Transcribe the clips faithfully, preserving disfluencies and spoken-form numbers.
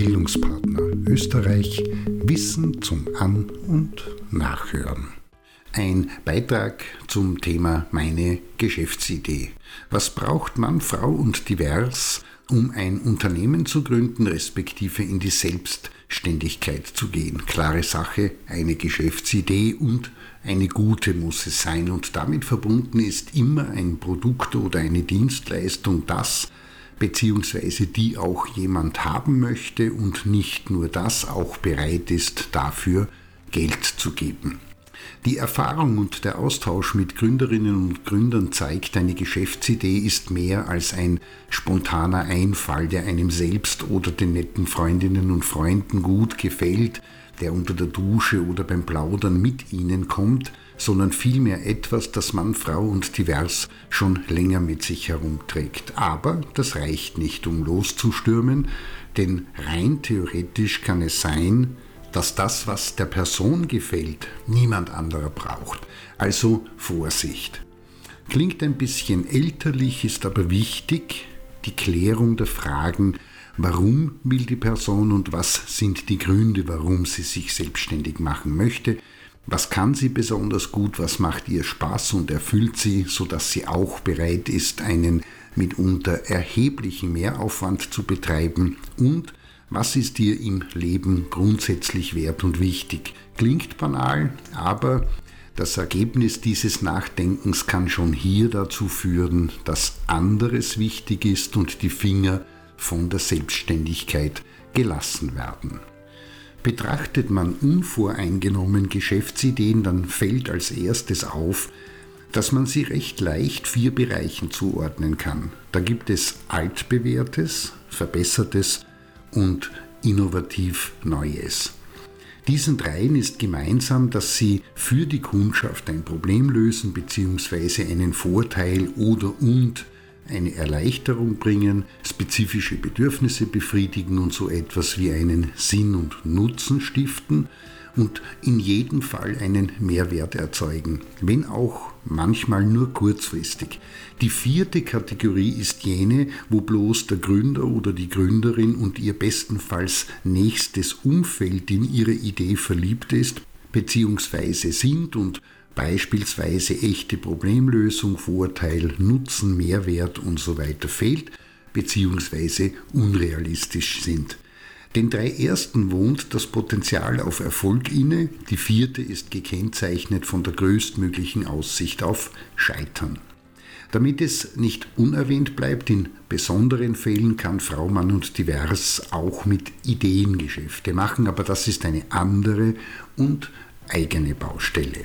Bildungspartner Österreich Wissen zum An- und Nachhören. Ein Beitrag zum Thema Meine Geschäftsidee. Was braucht man, Frau und divers, um ein Unternehmen zu gründen, respektive in die Selbstständigkeit zu gehen? Klare Sache, eine Geschäftsidee und eine gute muss es sein. Und damit verbunden ist immer ein Produkt oder eine Dienstleistung, das beziehungsweise die auch jemand haben möchte und nicht nur das auch bereit ist, dafür Geld zu geben. Die Erfahrung und der Austausch mit Gründerinnen und Gründern zeigt, eine Geschäftsidee ist mehr als ein spontaner Einfall, der einem selbst oder den netten Freundinnen und Freunden gut gefällt, der unter der Dusche oder beim Plaudern mit ihnen kommt, sondern vielmehr etwas, das Mann, Frau und divers schon länger mit sich herumträgt. Aber das reicht nicht, um loszustürmen, denn rein theoretisch kann es sein, dass das, was der Person gefällt, niemand anderer braucht. Also Vorsicht. Klingt ein bisschen elterlich, ist aber wichtig, die Klärung der Fragen, warum will die Person und was sind die Gründe, warum sie sich selbstständig machen möchte, was kann sie besonders gut, was macht ihr Spaß und erfüllt sie, sodass sie auch bereit ist, einen mitunter erheblichen Mehraufwand zu betreiben und was ist dir im Leben grundsätzlich wert und wichtig? Klingt banal, aber das Ergebnis dieses Nachdenkens kann schon hier dazu führen, dass anderes wichtig ist und die Finger von der Selbstständigkeit gelassen werden. Betrachtet man unvoreingenommen Geschäftsideen, dann fällt als erstes auf, dass man sie recht leicht vier Bereichen zuordnen kann. Da gibt es altbewährtes, verbessertes und innovativ Neues. Diesen dreien ist gemeinsam, dass sie für die Kundschaft ein Problem lösen bzw. einen Vorteil oder und eine Erleichterung bringen, spezifische Bedürfnisse befriedigen und so etwas wie einen Sinn und Nutzen stiften und in jedem Fall einen Mehrwert erzeugen, wenn auch manchmal nur kurzfristig. Die vierte Kategorie ist jene, wo bloß der Gründer oder die Gründerin und ihr bestenfalls nächstes Umfeld in ihre Idee verliebt ist, beziehungsweise sind und beispielsweise echte Problemlösung, Vorteil, Nutzen, Mehrwert und so weiter fehlt, beziehungsweise unrealistisch sind. Den drei ersten wohnt das Potenzial auf Erfolg inne, die vierte ist gekennzeichnet von der größtmöglichen Aussicht auf Scheitern. Damit es nicht unerwähnt bleibt, in besonderen Fällen kann Frau, Mann und divers auch mit Ideen Geschäfte machen, aber das ist eine andere und eigene Baustelle.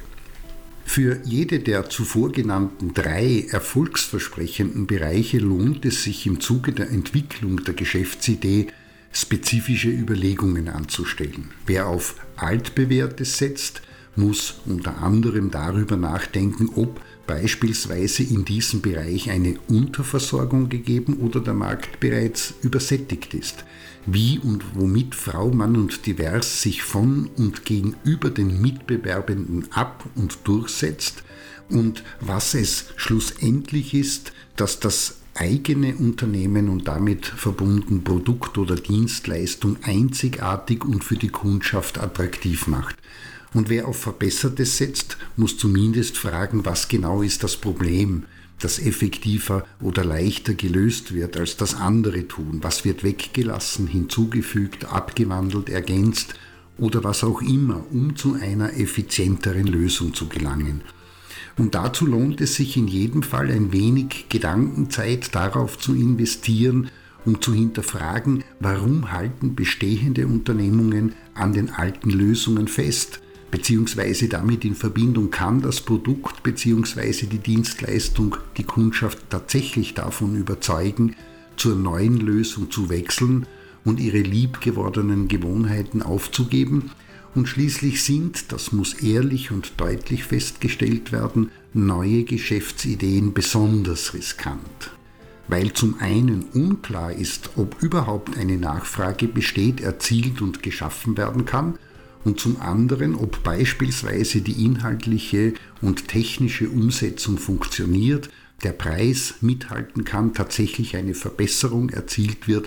Für jede der zuvor genannten drei erfolgsversprechenden Bereiche lohnt es sich im Zuge der Entwicklung der Geschäftsidee spezifische Überlegungen anzustellen. Wer auf Altbewährtes setzt, muss unter anderem darüber nachdenken, ob beispielsweise in diesem Bereich eine Unterversorgung gegeben oder der Markt bereits übersättigt ist. Wie und womit Frau, Mann und divers sich von und gegenüber den Mitbewerbenden ab- und durchsetzt und was es schlussendlich ist, dass das eigene Unternehmen und damit verbunden Produkt oder Dienstleistung einzigartig und für die Kundschaft attraktiv macht. Und wer auf Verbessertes setzt, muss zumindest fragen, was genau ist das Problem, das effektiver oder leichter gelöst wird, als das andere tun. Was wird weggelassen, hinzugefügt, abgewandelt, ergänzt oder was auch immer, um zu einer effizienteren Lösung zu gelangen. Und dazu lohnt es sich in jedem Fall ein wenig Gedankenzeit darauf zu investieren, um zu hinterfragen, warum halten bestehende Unternehmungen an den alten Lösungen fest, beziehungsweise damit in Verbindung kann das Produkt beziehungsweise die Dienstleistung die Kundschaft tatsächlich davon überzeugen, zur neuen Lösung zu wechseln und ihre liebgewordenen Gewohnheiten aufzugeben. Und schließlich sind, das muss ehrlich und deutlich festgestellt werden, neue Geschäftsideen besonders riskant. Weil zum einen unklar ist, ob überhaupt eine Nachfrage besteht, erzielt und geschaffen werden kann, und zum anderen, ob beispielsweise die inhaltliche und technische Umsetzung funktioniert, der Preis mithalten kann, tatsächlich eine Verbesserung erzielt wird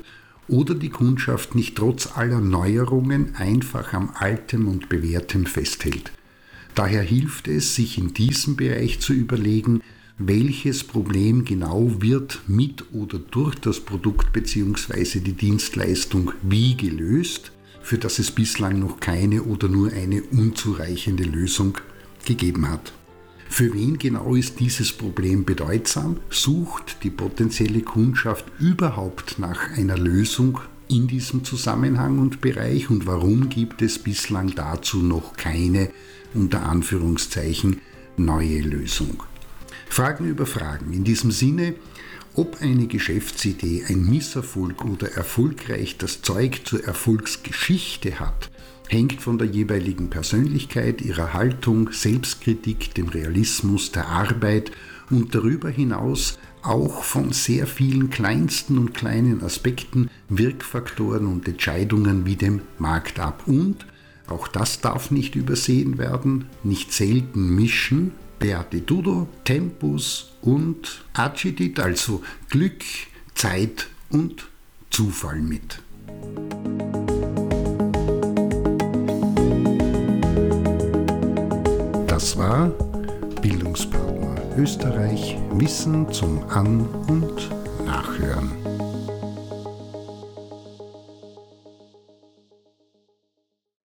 oder die Kundschaft nicht trotz aller Neuerungen einfach am Altem und Bewährtem festhält. Daher hilft es, sich in diesem Bereich zu überlegen, welches Problem genau wird mit oder durch das Produkt bzw. die Dienstleistung wie gelöst, für das es bislang noch keine oder nur eine unzureichende Lösung gegeben hat. Für wen genau ist dieses Problem bedeutsam? Sucht die potenzielle Kundschaft überhaupt nach einer Lösung in diesem Zusammenhang und Bereich und warum gibt es bislang dazu noch keine, unter Anführungszeichen, neue Lösung? Fragen über Fragen. In diesem Sinne, ob eine Geschäftsidee ein Misserfolg oder erfolgreich das Zeug zur Erfolgsgeschichte hat, hängt von der jeweiligen Persönlichkeit, ihrer Haltung, Selbstkritik, dem Realismus, der Arbeit und darüber hinaus auch von sehr vielen kleinsten und kleinen Aspekten, Wirkfaktoren und Entscheidungen wie dem Markt ab. Und, auch das darf nicht übersehen werden, nicht selten mischen Beatitudo, Tempus und Agilität, also Glück, Zeit und Zufall mit. Das war Bildungspartner Österreich, Wissen zum An- und Nachhören.